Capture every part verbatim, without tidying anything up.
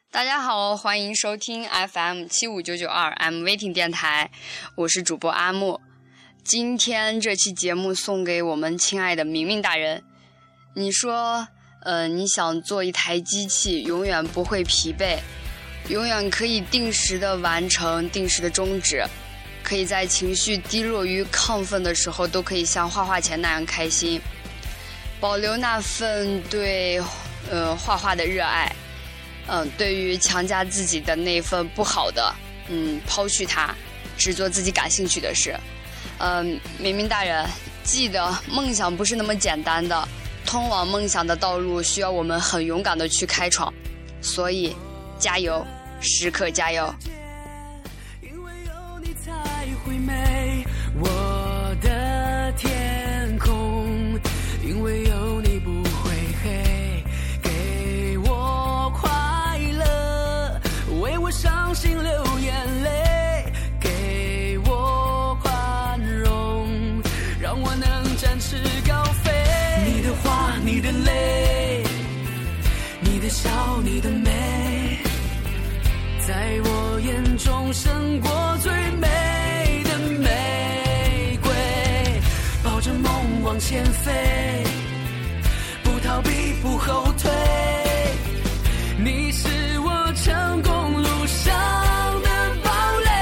大家好，欢迎收听 F M 七五九九二 I'm Waiting 电台，我是主播阿木。今天这期节目送给我们亲爱的明明大人。你说，呃，你想做一台机器，永远不会疲惫，永远可以定时的完成，定时的终止，可以在情绪低落与亢奋的时候，都可以像画画前那样开心，保留那份对，呃，画画的热爱。嗯，对于强加自己的那份不好的，嗯，抛去它，只做自己感兴趣的事。嗯，明明大人，记得梦想不是那么简单的，通往梦想的道路需要我们很勇敢的去开创，所以加油，时刻加油。 因为有你才会美，我的天空，因为有你不会黑，给我快乐，为我伤心流眼泪，给我宽容，让我能展翅高飞。你的话，你的泪，你的笑，你的美，在我眼中胜过最美的玫瑰。抱着梦往前飞，不逃避，不后退，你是我成功路上的堡垒。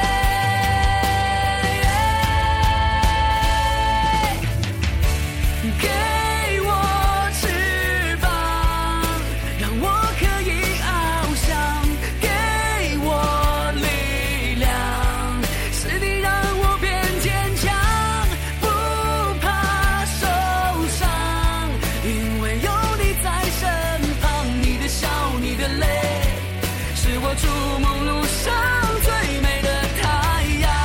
给我翅膀，让我可以翱翔，给我力量，是你让我变坚强，不怕受伤，因为有你在身旁，你的笑，你的泪，是我筑梦路上最美的太阳。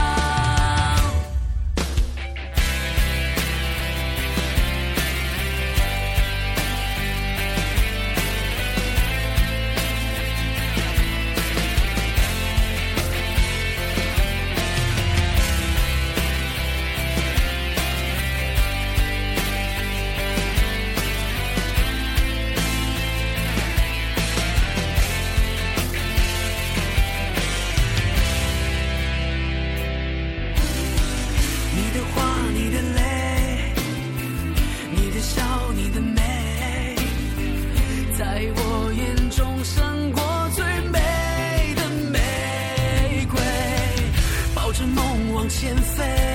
你的话，你的泪，你的笑，你的美，在我眼中胜过最美的玫瑰。抱着梦往前飞，